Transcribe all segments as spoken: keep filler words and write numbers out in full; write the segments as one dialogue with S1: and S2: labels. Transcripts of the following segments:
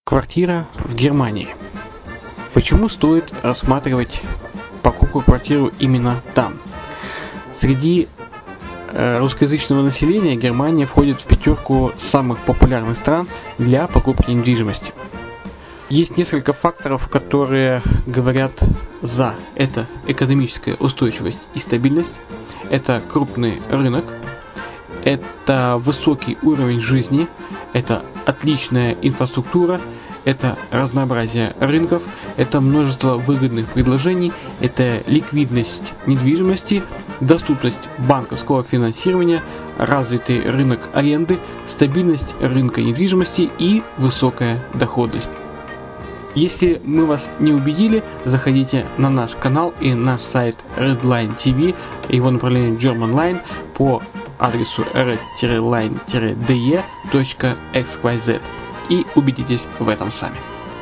S1: Квартира в Германии. Почему стоит рассматривать покупку квартиры именно там? Среди э, русскоязычного населения Германия входит в пятерку самых популярных стран для покупки недвижимости. Есть несколько факторов, которые говорят за. Это экономическая устойчивость и стабильность, это крупный рынок, это высокий уровень жизни, это отличная инфраструктура, это разнообразие рынков, это множество выгодных предложений, это ликвидность недвижимости, доступность банковского финансирования, развитый рынок аренды, стабильность рынка недвижимости и высокая доходность. Если мы вас не убедили, заходите на наш канал и наш сайт Redline ти ви, его направление Germanline по адресу red line d e точка x y z и убедитесь в этом сами.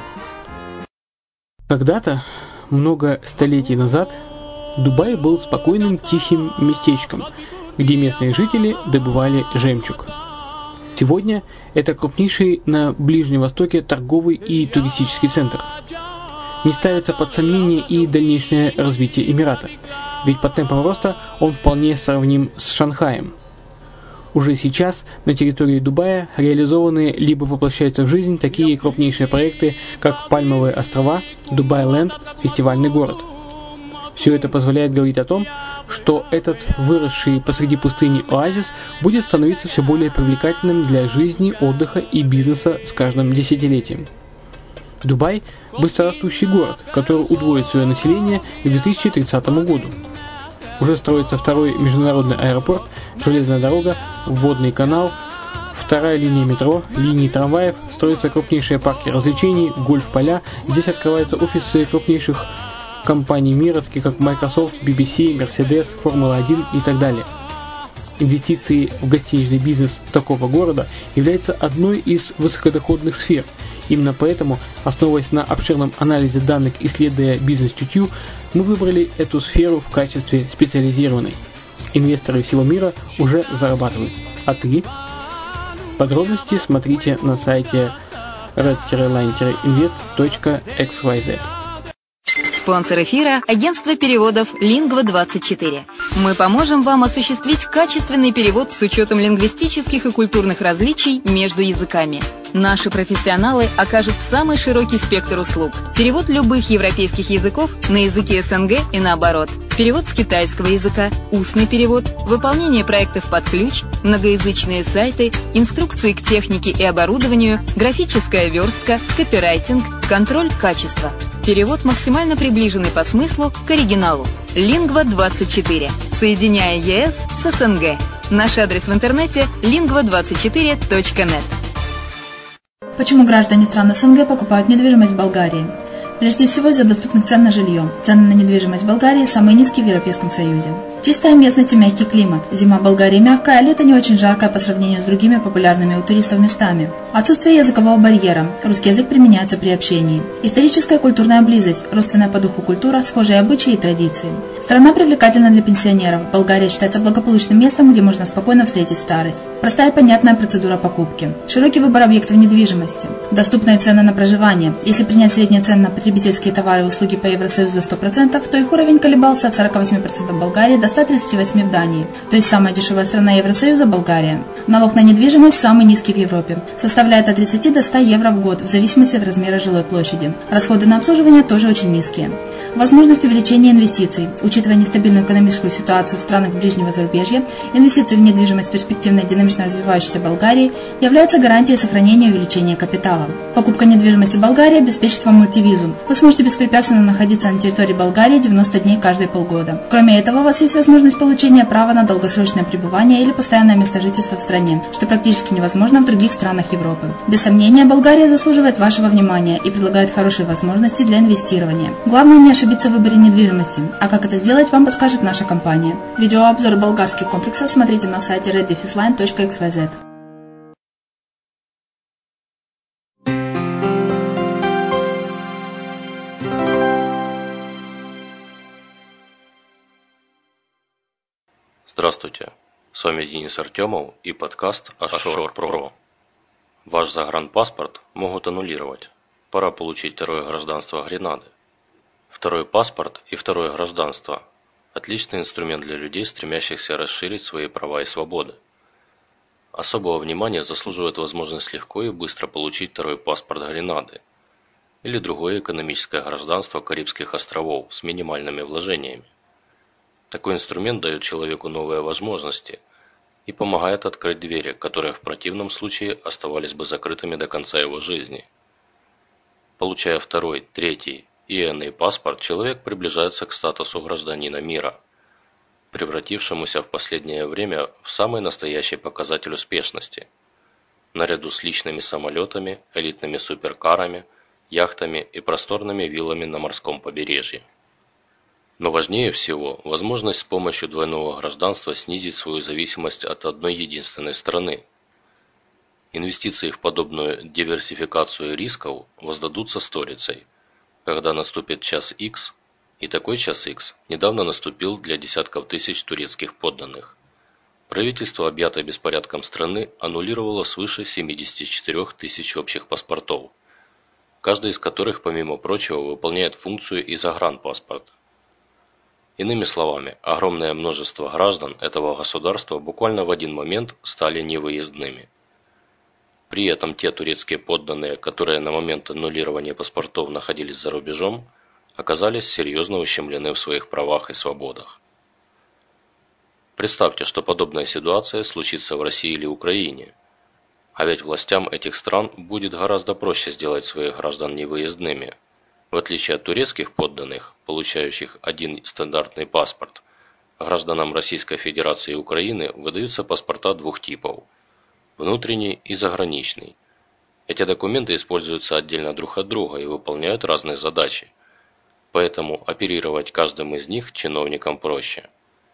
S1: Когда-то, много столетий назад, Дубай был спокойным тихим местечком, где местные жители добывали жемчуг. Сегодня это крупнейший на Ближнем Востоке торговый и туристический центр. Не ставится под сомнение и дальнейшее развитие Эмирата, ведь по темпам роста он вполне сравним с Шанхаем. Уже сейчас на территории Дубая реализованы либо воплощаются в жизнь такие крупнейшие проекты, как Пальмовые острова, Дубай-Ленд, фестивальный город. Все это позволяет говорить о том, что этот выросший посреди пустыни оазис будет становиться все более привлекательным для жизни, отдыха и бизнеса с каждым десятилетием. Дубай – быстрорастущий город, который удвоит свое население к две тысячи тридцатому году. Уже строится второй международный аэропорт, железная дорога, водный канал, вторая линия метро, линии трамваев, строятся крупнейшие парки развлечений, гольф-поля. Здесь открываются офисы крупнейших компаний мира, таких как Microsoft, би би си, Mercedes, Формула один и так далее. Инвестиции в гостиничный бизнес такого города являются одной из высокодоходных сфер. Именно поэтому, основываясь на обширном анализе данных, исследуя бизнес-чутью, мы выбрали эту сферу в качестве специализированной. Инвесторы всего мира уже зарабатывают. А ты? Подробности смотрите на сайте red line invest точка x y z.
S2: Спонсор эфира – агентство переводов лингва двадцать четыре. Мы поможем вам осуществить качественный перевод с учетом лингвистических и культурных различий между языками. Наши профессионалы окажут самый широкий спектр услуг. Перевод любых европейских языков на языки эс эн гэ и наоборот. Перевод с китайского языка, устный перевод, выполнение проектов под ключ, многоязычные сайты, инструкции к технике и оборудованию, графическая верстка, копирайтинг, контроль качества. Перевод максимально приближенный по смыслу к оригиналу. лингва двадцать четыре. Соединяя е эс с эс эн гэ. Наш адрес в интернете лингва двадцать четыре точка нет.
S3: Почему граждане стран эс эн гэ покупают недвижимость в Болгарии? Прежде всего из-за доступных цен на жилье. Цены на недвижимость в Болгарии самые низкие в Европейском Союзе. Чистая местность и мягкий климат. Зима в Болгарии мягкая, а лето не очень жаркое по сравнению с другими популярными у туристов местами. Отсутствие языкового барьера. Русский язык применяется при общении. Историческая и культурная близость. Родственная по духу культура, схожие обычаи и традиции. Страна привлекательна для пенсионеров. Болгария считается благополучным местом, где можно спокойно встретить старость. Простая и понятная процедура покупки. Широкий выбор объектов недвижимости. Доступные цены на проживание. Если принять средние цены на потребительские товары и услуги по Евросоюзу за сто процентов, то их уровень колебался от сорок восемь процентов в Болгарии до ста тридцати восьми процентов в Дании. То есть самая дешевая страна Евросоюза – Болгария. Налог на недвижимость самый низкий в Европе. Составляет от тридцати до ста евро в год, в зависимости от размера жилой площади. Расходы на обслуживание тоже очень низкие. Возможность увеличения инвестиций. Учитывая нестабильную экономическую ситуацию в странах ближнего зарубежья, инвестиции в недвижимость в перспективной динамично развивающейся Болгарии являются гарантией сохранения и увеличения капитала. Покупка недвижимости в Болгарии обеспечит вам мультивизу. Вы сможете беспрепятственно находиться на территории Болгарии девяносто дней каждые полгода. Кроме этого, у вас есть возможность получения права на долгосрочное пребывание или постоянное место жительства в стране, что практически невозможно в других странах Европы. Без сомнения, Болгария заслуживает вашего внимания и предлагает хорошие возможности для инвестирования. Главное не ошибиться в выборе недвижимости, а как это сделать, вам подскажет наша компания. Видеообзор болгарских комплексов смотрите на сайте red line точка x y z.
S4: Здравствуйте, с вами Денис Артемов и подкаст Offshore Pro. Ваш загранпаспорт могут аннулировать, Пора получить второе гражданство Гренады. Второй паспорт и второе гражданство – отличный инструмент для людей, стремящихся расширить свои права и свободы. Особого внимания заслуживает возможность легко и быстро получить второй паспорт Гренады или другое экономическое гражданство Карибских островов с минимальными вложениями. Такой инструмент дает человеку новые возможности и помогает открыть двери, которые в противном случае оставались бы закрытыми до конца его жизни. Получая второй, третий и иной паспорт, человек приближается к статусу гражданина мира, превратившемуся в последнее время в самый настоящий показатель успешности, наряду с личными самолетами, элитными суперкарами, яхтами и просторными виллами на морском побережье. Но важнее всего возможность с помощью двойного гражданства снизить свою зависимость от одной единственной страны. Инвестиции в подобную диверсификацию рисков воздадутся сторицей, когда наступит час икс, и такой час икс недавно наступил для десятков тысяч турецких подданных. Правительство, объятое беспорядком страны, аннулировало свыше семидесяти четырёх тысяч общих паспортов, каждый из которых, помимо прочего, выполняет функцию и загранпаспорта. Иными словами, огромное множество граждан этого государства буквально в один момент стали невыездными. При этом те турецкие подданные, которые на момент аннулирования паспортов находились за рубежом, оказались серьезно ущемлены в своих правах и свободах. Представьте, что подобная ситуация случится в России или Украине, а ведь властям этих стран будет гораздо проще сделать своих граждан невыездными. В отличие от турецких подданных, получающих один стандартный паспорт, гражданам Российской Федерации и Украины выдаются паспорта двух типов – внутренний и заграничный. Эти документы используются отдельно друг от друга и выполняют разные задачи, поэтому оперировать каждым из них чиновникам проще.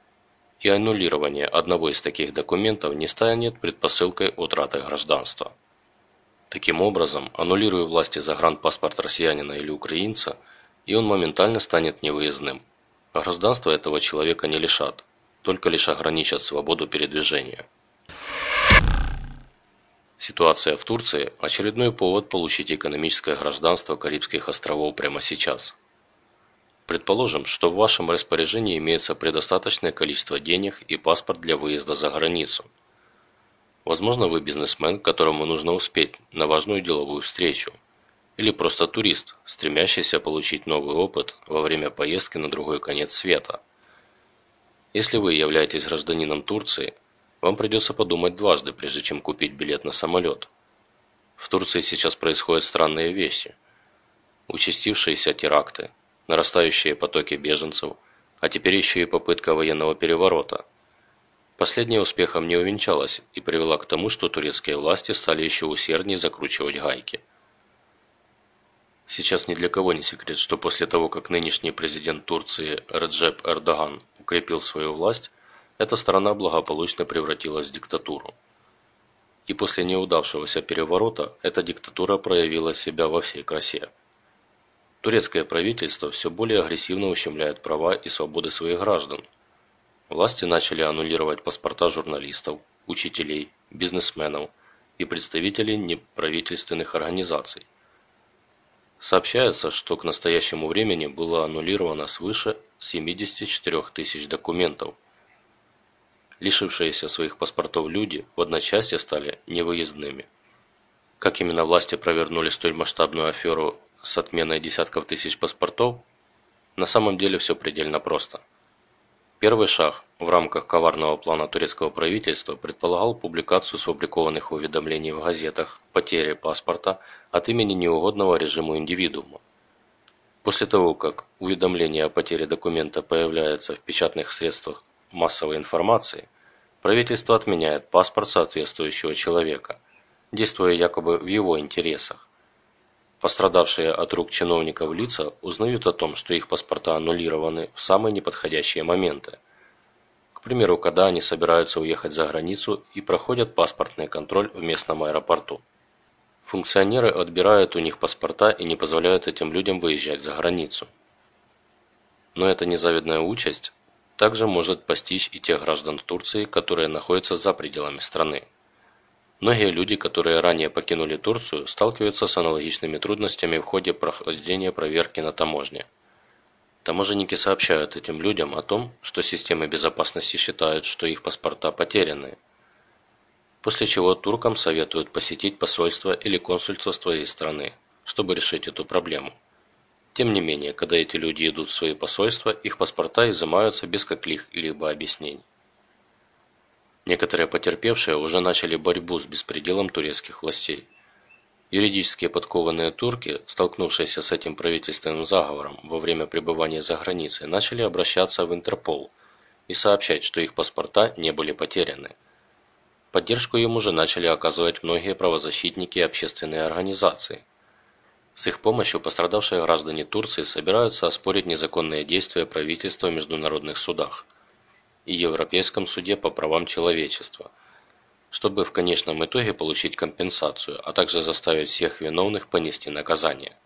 S4: И аннулирование одного из таких документов не станет предпосылкой утраты гражданства. Таким образом, аннулируя власти загранпаспорт россиянина или украинца, и он моментально станет невыездным. Гражданства этого человека не лишат, только лишь ограничат свободу передвижения. Ситуация в Турции – очередной повод получить экономическое гражданство Карибских островов прямо сейчас. Предположим, что в вашем распоряжении имеется предостаточное количество денег и паспорт для выезда за границу. Возможно, вы бизнесмен, которому нужно успеть на важную деловую встречу, или просто турист, стремящийся получить новый опыт во время поездки на другой конец света. Если вы являетесь гражданином Турции, вам придется подумать дважды, прежде чем купить билет на самолет. В Турции сейчас происходят странные вещи. Участившиеся теракты, нарастающие потоки беженцев, а теперь еще и попытка военного переворота. Последняя успехом не увенчалась и привела к тому, что турецкие власти стали еще усерднее закручивать гайки. Сейчас ни для кого не секрет, что после того, как нынешний президент Турции Реджеп Эрдоган укрепил свою власть, эта страна благополучно превратилась в диктатуру. И после неудавшегося переворота эта диктатура проявила себя во всей красе. Турецкое правительство все более агрессивно ущемляет права и свободы своих граждан. Власти начали аннулировать паспорта журналистов, учителей, бизнесменов и представителей неправительственных организаций. Сообщается, что к настоящему времени было аннулировано свыше семидесяти четырёх тысяч документов. Лишившиеся своих паспортов люди в одночасье стали невыездными. Как именно власти провернули столь масштабную аферу с отменой десятков тысяч паспортов? На самом деле все предельно просто. Первый шаг в рамках коварного плана турецкого правительства предполагал публикацию сфабрикованных уведомлений в газетах потери паспорта от имени неугодного режиму индивидуума. После того, как уведомление о потере документа появляется в печатных средствах массовой информации, правительство отменяет паспорт соответствующего человека, действуя якобы в его интересах. Пострадавшие от рук чиновников лица узнают о том, что их паспорта аннулированы в самые неподходящие моменты. К примеру, когда они собираются уехать за границу и проходят паспортный контроль в местном аэропорту. Функционеры отбирают у них паспорта и не позволяют этим людям выезжать за границу. Но эта незавидная участь также может постичь и тех граждан Турции, которые находятся за пределами страны. Многие люди, которые ранее покинули Турцию, сталкиваются с аналогичными трудностями в ходе прохождения проверки на таможне. Таможенники сообщают этим людям о том, что системы безопасности считают, что их паспорта потеряны, после чего туркам советуют посетить посольство или консульство своей страны, чтобы решить эту проблему. Тем не менее, когда эти люди идут в свои посольства, их паспорта изымаются без каких-либо объяснений. Некоторые потерпевшие уже начали борьбу с беспределом турецких властей. Юридически подкованные турки, столкнувшиеся с этим правительственным заговором во время пребывания за границей, начали обращаться в Интерпол и сообщать, что их паспорта не были потеряны. Поддержку им уже начали оказывать многие правозащитники и общественные организации. С их помощью пострадавшие граждане Турции собираются оспорить незаконные действия правительства в международных судах и Европейском суде по правам человечества, чтобы в конечном итоге получить компенсацию, а также заставить всех виновных понести наказание.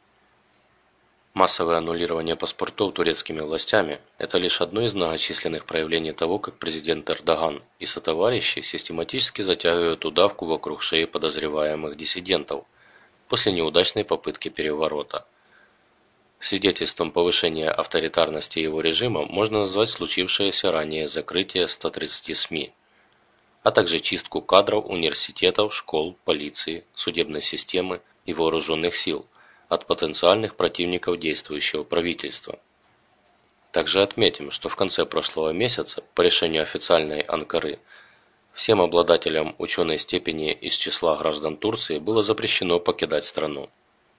S4: Массовое аннулирование паспортов турецкими властями – это лишь одно из многочисленных проявлений того, как президент Эрдоган и сотоварищи систематически затягивают удавку вокруг шеи подозреваемых диссидентов после неудачной попытки переворота. Свидетельством повышения авторитарности его режима можно назвать случившееся ранее закрытие ста тридцати СМИ, а также чистку кадров университетов, школ, полиции, судебной системы и вооруженных сил от потенциальных противников действующего правительства. Также отметим, что в конце прошлого месяца, по решению официальной Анкары, всем обладателям ученой степени из числа граждан Турции было запрещено покидать страну.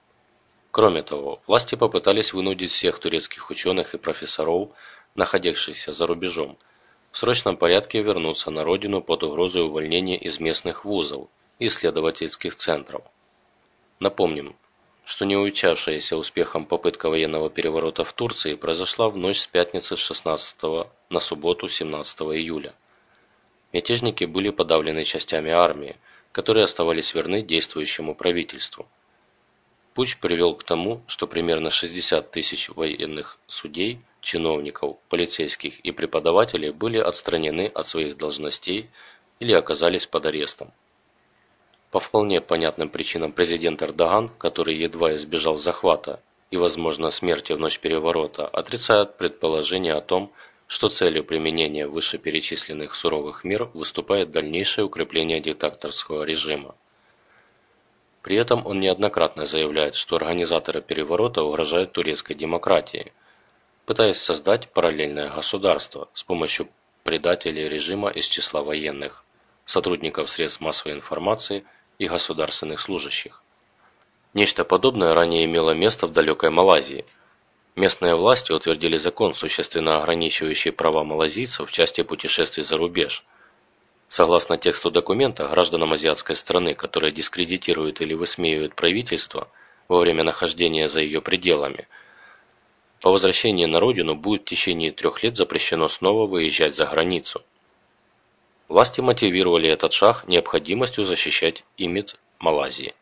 S4: Кроме того, власти попытались вынудить всех турецких ученых и профессоров, находившихся за рубежом, в срочном порядке вернуться на родину под угрозой увольнения из местных вузов и исследовательских центров. Напомним, что не увенчавшаяся успехом попытка военного переворота в Турции произошла в ночь с пятницы с шестнадцатого на субботу семнадцатого июля. Мятежники были подавлены частями армии, которые оставались верны действующему правительству. Путч привел к тому, что примерно шестьдесят тысяч военных судей, чиновников, полицейских и преподавателей были отстранены от своих должностей или оказались под арестом. По вполне понятным причинам президент Эрдоган, который едва избежал захвата и, возможно, смерти в ночь переворота, отрицает предположение о том, что целью применения вышеперечисленных суровых мер выступает дальнейшее укрепление диктаторского режима. При этом он неоднократно заявляет, что организаторы переворота угрожают турецкой демократии, пытаясь создать параллельное государство с помощью предателей режима из числа военных, сотрудников средств массовой информации и государственных служащих. Нечто подобное ранее имело место в далекой Малайзии. Местные власти утвердили закон, существенно ограничивающий права малазийцев в части путешествий за рубеж. Согласно тексту документа, гражданам азиатской страны, которые дискредитируют или высмеивают правительство во время нахождения за ее пределами, по возвращении на родину будет в течение трех лет запрещено снова выезжать за границу. Власти мотивировали этот шаг необходимостью защищать имидж Малайзии.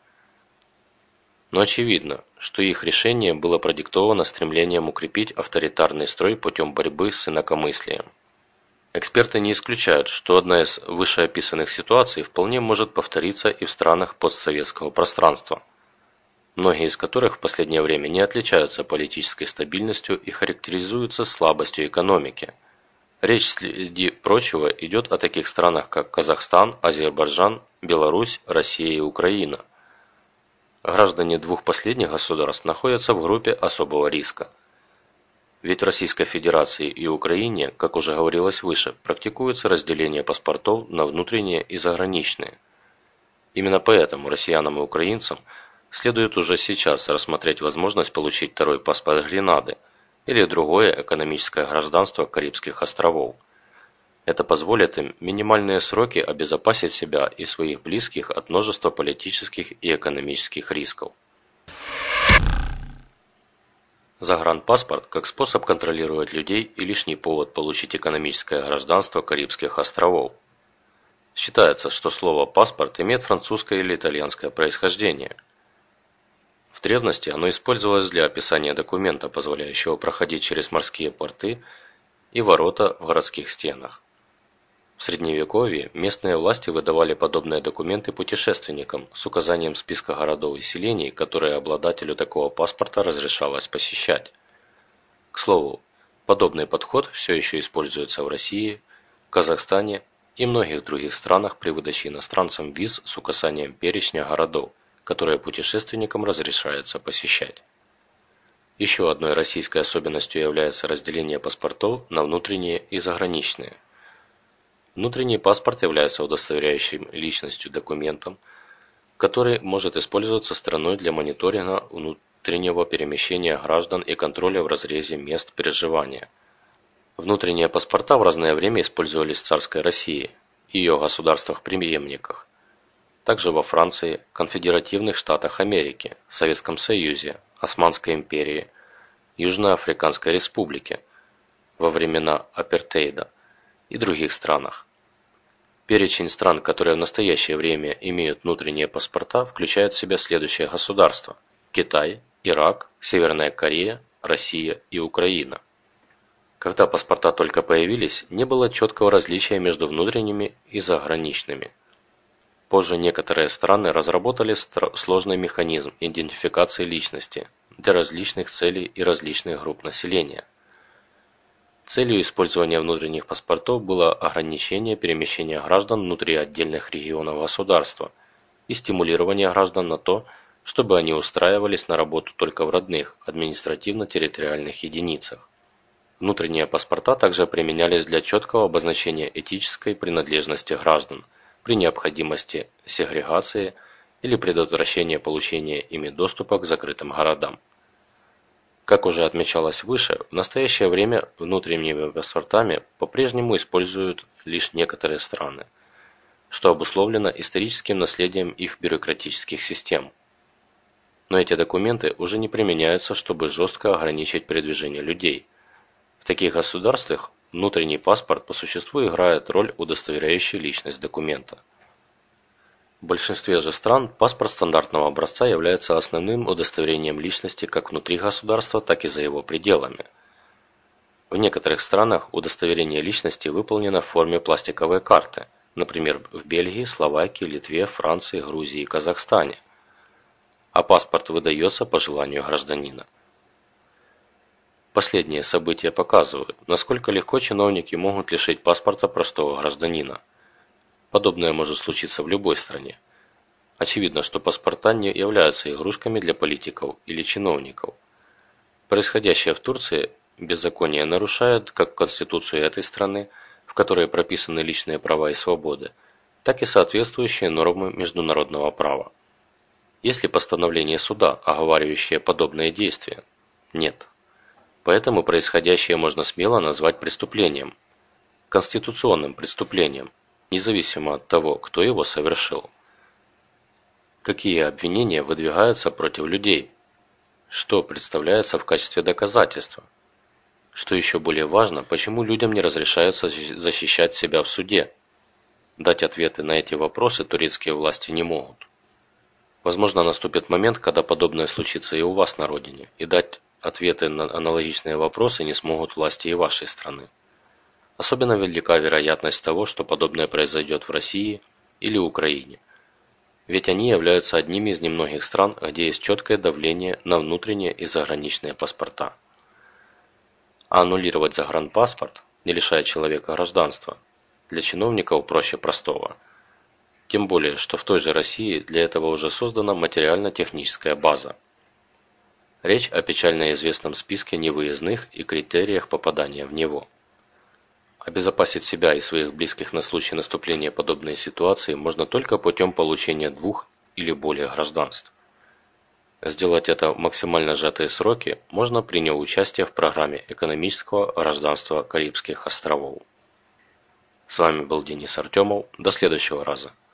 S4: Но очевидно, что их решение было продиктовано стремлением укрепить авторитарный строй путем борьбы с инакомыслием. Эксперты не исключают, что одна из вышеописанных ситуаций вполне может повториться и в странах постсоветского пространства, многие из которых в последнее время не отличаются политической стабильностью и характеризуются слабостью экономики. Речь, среди прочего, идет о таких странах, как Казахстан, Азербайджан, Беларусь, Россия и Украина. Граждане двух последних государств находятся в группе особого риска. Ведь в Российской Федерации и Украине, как уже говорилось выше, практикуется разделение паспортов на внутренние и заграничные. Именно поэтому россиянам и украинцам следует уже сейчас рассмотреть возможность получить второй паспорт Гренады или другое экономическое гражданство Карибских островов. Это позволит им в минимальные сроки обезопасить себя и своих близких от множества политических и экономических рисков. Загранпаспорт как способ контролировать людей и лишний повод получить экономическое гражданство Карибских островов. Считается, что слово «паспорт» имеет французское или итальянское происхождение. В древности оно использовалось для описания документа, позволяющего проходить через морские порты и ворота в городских стенах. В Средневековье местные власти выдавали подобные документы путешественникам с указанием списка городов и селений, которые обладателю такого паспорта разрешалось посещать. К слову, подобный подход все еще используется в России, Казахстане и многих других странах при выдаче иностранцам виз с указанием перечня городов, которые путешественникам разрешается посещать. Еще одной российской особенностью является разделение паспортов на внутренние и заграничные. Внутренний паспорт является удостоверяющим личностью документом, который может использоваться страной для мониторинга внутреннего перемещения граждан и контроля в разрезе мест проживания. Внутренние паспорта в разное время использовались в царской России и ее государствах-преемниках, также во Франции, Конфедеративных Штатах Америки, Советском Союзе, Османской империи, Южноафриканской Республике, во времена апартейда и других странах. Перечень стран, которые в настоящее время имеют внутренние паспорта, включает в себя следующие государства: Китай, Ирак, Северная Корея, Россия и Украина. Когда паспорта только появились, не было четкого различия между внутренними и заграничными. Позже некоторые страны разработали сложный механизм идентификации личности для различных целей и различных групп населения. Целью использования внутренних паспортов было ограничение перемещения граждан внутри отдельных регионов государства и стимулирование граждан на то, чтобы они устраивались на работу только в родных административно-территориальных единицах. Внутренние паспорта также применялись для четкого обозначения этнической принадлежности граждан при необходимости сегрегации или предотвращения получения ими доступа к закрытым городам. Как уже отмечалось выше, в настоящее время внутренними паспортами по-прежнему используют лишь некоторые страны, что обусловлено историческим наследием их бюрократических систем. Но эти документы уже не применяются, чтобы жестко ограничить передвижение людей. В таких государствах внутренний паспорт по существу играет роль удостоверяющей личность документа. В большинстве же стран паспорт стандартного образца является основным удостоверением личности как внутри государства, так и за его пределами. В некоторых странах удостоверение личности выполнено в форме пластиковой карты, например, в Бельгии, Словакии, Литве, Франции, Грузии и Казахстане, а паспорт выдается по желанию гражданина. Последние события показывают, насколько легко чиновники могут лишить паспорта простого гражданина. Подобное может случиться в любой стране. Очевидно, что паспорта не являются игрушками для политиков или чиновников. Происходящее в Турции беззаконие нарушает как Конституцию этой страны, в которой прописаны личные права и свободы, так и соответствующие нормы международного права. Есть ли постановление суда, оговаривающее подобные действия? Нет. Поэтому происходящее можно смело назвать преступлением, конституционным преступлением, независимо от того, кто его совершил. Какие обвинения выдвигаются против людей? Что представляется в качестве доказательства? Что еще более важно, почему людям не разрешается защищать себя в суде? Дать ответы на эти вопросы турецкие власти не могут. Возможно, наступит момент, когда подобное случится и у вас на родине, и дать ответы на аналогичные вопросы не смогут власти и вашей страны. Особенно велика вероятность того, что подобное произойдет в России или Украине. Ведь они являются одними из немногих стран, где есть четкое давление на внутренние и заграничные паспорта. А аннулировать загранпаспорт, не лишая человека гражданства, для чиновников проще простого. Тем более, что в той же России для этого уже создана материально-техническая база. Речь о печально известном списке невыездных и критериях попадания в него. Обезопасить себя и своих близких на случай наступления подобной ситуации можно только путем получения двух или более гражданств. Сделать это в максимально сжатые сроки можно, приняв участие в программе экономического гражданства Карибских островов. С вами был Денис Артемов. До следующего раза.